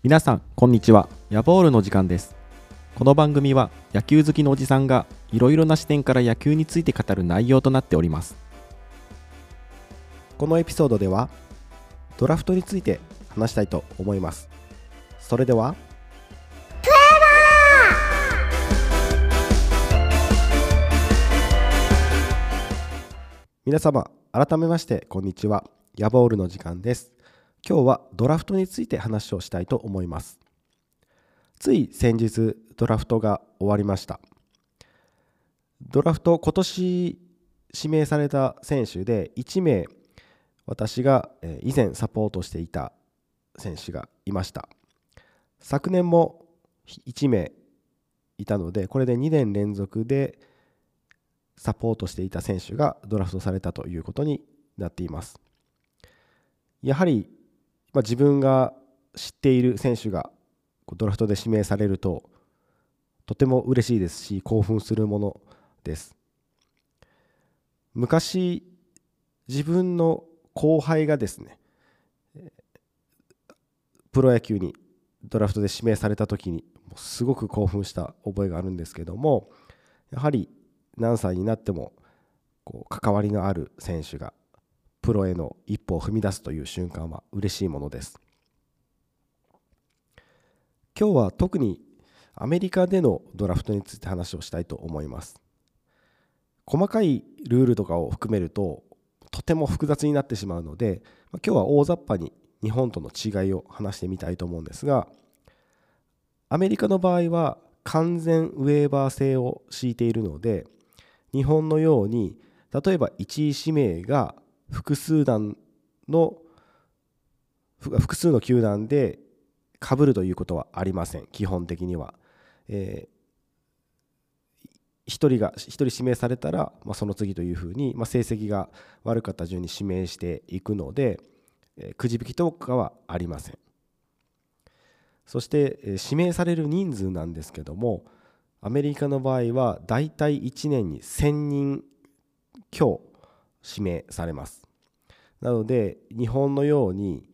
皆さんこんにちは。ヤボールの時間です。この番組は野球好きのおじさんがいろいろな視点から野球について語る内容となっております。 このエピソードではドラフトについて話したいと思います。それでは皆様改めましてこんにちは。ヤボールの時間です。今日はドラフトについて話をしたいと思います。つい先日ドラフトが終わりました。ドラフト今年指名された選手で1名私が以前サポートしていた選手がいました。昨年も1名いたので、これで2年連続でサポートしていた選手がドラフトされたということになっています。やはり自分が知っている選手がドラフトで指名されるととても嬉しいですし、興奮するものです。昔自分の後輩がですね、プロ野球にドラフトで指名された時にすごく興奮した覚えがあるんですけども、やはり何歳になっても関わりのある選手がプロへの一歩を踏み出すという瞬間は嬉しいものです。今日は特にアメリカでのドラフトについて話をしたいと思います。細かいルールとかを含めるととても複雑になってしまうので、今日は大雑把に日本との違いを話してみたいと思うんですが、アメリカの場合は完全ウェーバー制を敷いているので、日本のように例えば1位指名が複数の球団で被るということはありません。基本的には、1人指名されたら、その次というふうに、成績が悪かった順に指名していくので、くじ引きとかはありません。そして指名される人数なんですけども、アメリカの場合はだいたい1年に1000人強指名されます。なので日本のように、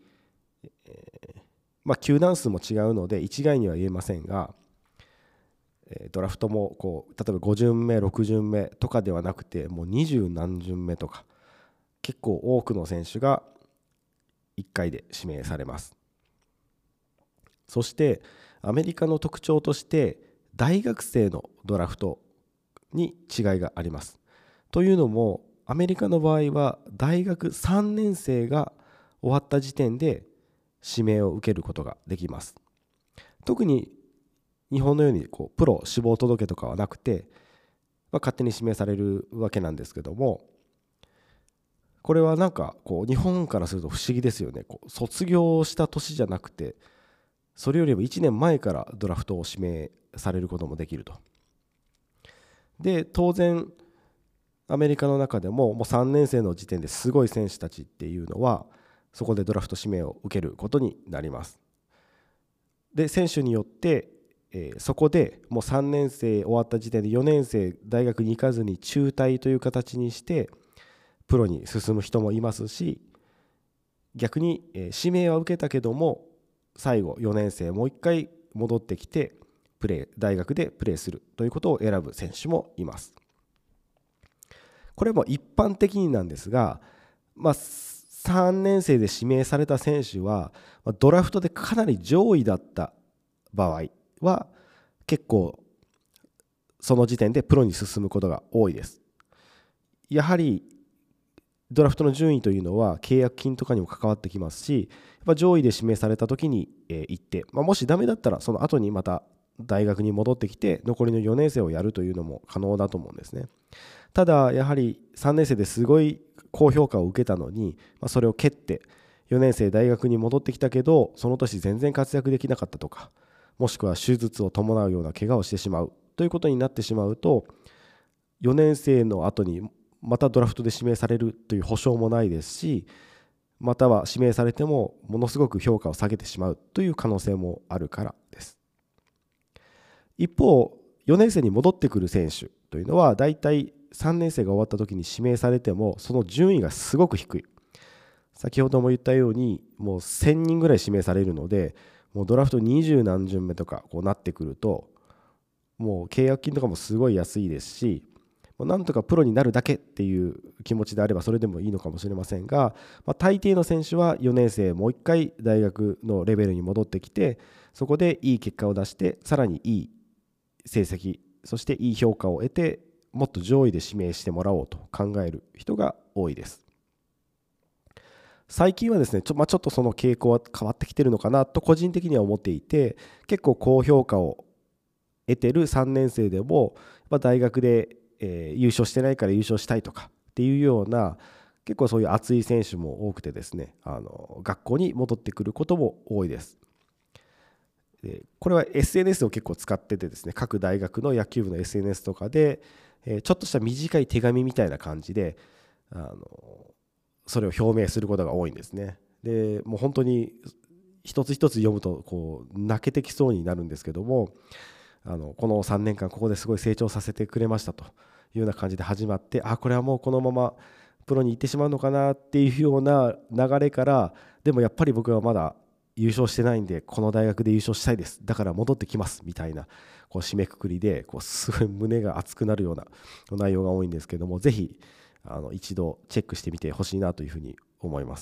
球団数も違うので一概には言えませんが、ドラフトも例えば5巡目6巡目とかではなくて、もう20何巡目とか結構多くの選手が1回で指名されます。そしてアメリカの特徴として大学生のドラフトに違いがあります。というのもアメリカの場合は大学3年生が終わった時点で指名を受けることができます。特に日本のようにプロ志望届とかはなくて、勝手に指名されるわけなんですけども、これはなんか日本からすると不思議ですよね。卒業した年じゃなくて、それよりも1年前からドラフトを指名されることもできると。で当然アメリカの中でも3年生の時点ですごい選手たちっていうのはそこでドラフト指名を受けることになります。で選手によって、そこでもう3年生終わった時点で4年生大学に行かずに中退という形にしてプロに進む人もいますし、逆に、指名は受けたけども最後4年生もう一回戻ってきて大学でプレーするということを選ぶ選手もいます。これも一般的になんですが、3年生で指名された選手はドラフトでかなり上位だった場合は結構その時点でプロに進むことが多いです。やはりドラフトの順位というのは契約金とかにも関わってきますし、上位で指名された時に行って、もしダメだったらその後にまた大学に戻ってきて残りの4年生をやるというのも可能だと思うんですね。ただやはり3年生ですごい高評価を受けたのに、それを蹴って4年生大学に戻ってきたけどその年全然活躍できなかったとか、もしくは手術を伴うような怪我をしてしまうということになってしまうと、4年生の後にまたドラフトで指名されるという保証もないですし、または指名されてもものすごく評価を下げてしまうという可能性もあるからです。一方4年生に戻ってくる選手というのはだいたい3年生が終わった時に指名されてもその順位がすごく低い。先ほども言ったようにもう1000人ぐらい指名されるので、 もうドラフト20何巡目とかこうなってくると、もう契約金とかもすごい安いですし、なんとかプロになるだけっていう気持ちであればそれでもいいのかもしれませんが、大抵の選手は4年生もう一回大学のレベルに戻ってきて、そこでいい結果を出してさらにいい成績、そしていい評価を得て、もっと上位で指名してもらおうと考える人が多いです。最近はですね、ちょっとその傾向は変わってきてるのかなと個人的には思っていて、結構高評価を得てる3年生でも大学で優勝してないから優勝したいとかっていうような、結構そういう熱い選手も多くてですね、学校に戻ってくることも多いです。これは SNS を結構使っててですね、各大学の野球部の SNS とかでちょっとした短い手紙みたいな感じでそれを表明することが多いんですね。でもう本当に一つ一つ読むとこう泣けてきそうになるんですけども、この3年間ここですごい成長させてくれましたというような感じで始まって、これはもうこのままプロに行ってしまうのかなっていうような流れから、でもやっぱり僕はまだ優勝してないんでこの大学で優勝したいです、だから戻ってきますみたいなこう締めくくりで、こうすごい胸が熱くなるような内容が多いんですけども、ぜひ一度チェックしてみてほしいなというふうに思います。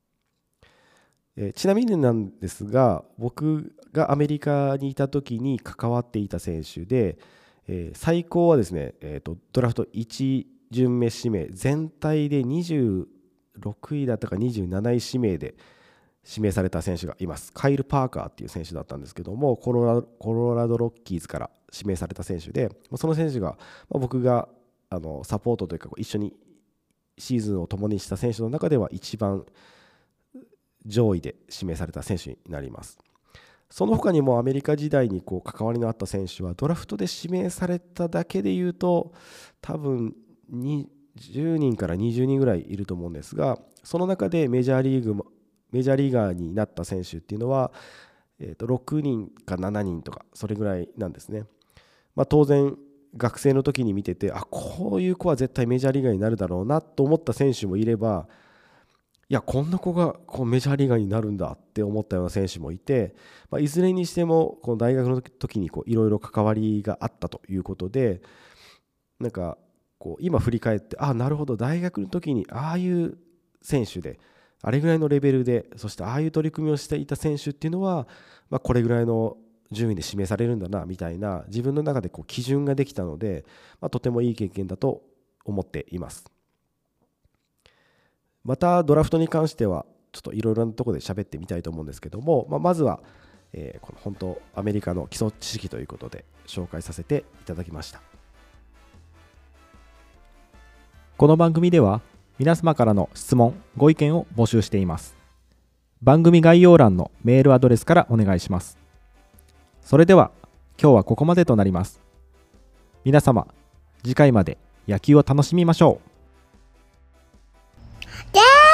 ちなみになんですが、僕がアメリカにいた時に関わっていた選手で、最高はですね、ドラフト1巡目指名、全体で26位だったか27位指名で指名された選手がいます。カイル・パーカーっていう選手だったんですけども、コロラドロッキーズから指名された選手で、その選手が僕がサポートというか一緒にシーズンを共にした選手の中では一番上位で指名された選手になります。その他にもアメリカ時代にこう関わりのあった選手はドラフトで指名されただけでいうと多分10人から20人ぐらいいると思うんですが、その中でメジャーリーガーになった選手っていうのは、6人か7人とかそれぐらいなんですね。当然学生の時に見てて、こういう子は絶対メジャーリーガーになるだろうなと思った選手もいれば、いやこんな子がこうメジャーリーガーになるんだって思ったような選手もいて、いずれにしてもこの大学の時にいろいろ関わりがあったということで、なんかこう今振り返って、なるほど、大学の時にああいう選手であれぐらいのレベルで、そしてああいう取り組みをしていた選手っていうのは、これぐらいの順位で指名されるんだなみたいな自分の中でこう基準ができたので、とてもいい経験だと思っています。またドラフトに関してはちょっといろいろなところで喋ってみたいと思うんですけども、まずは、この本当アメリカの基礎知識ということで紹介させていただきました。 この番組では皆様からの質問・ご意見を募集しています。番組概要欄のメールアドレスからお願いします。それでは今日はここまでとなります。皆様、次回まで野球を楽しみましょう。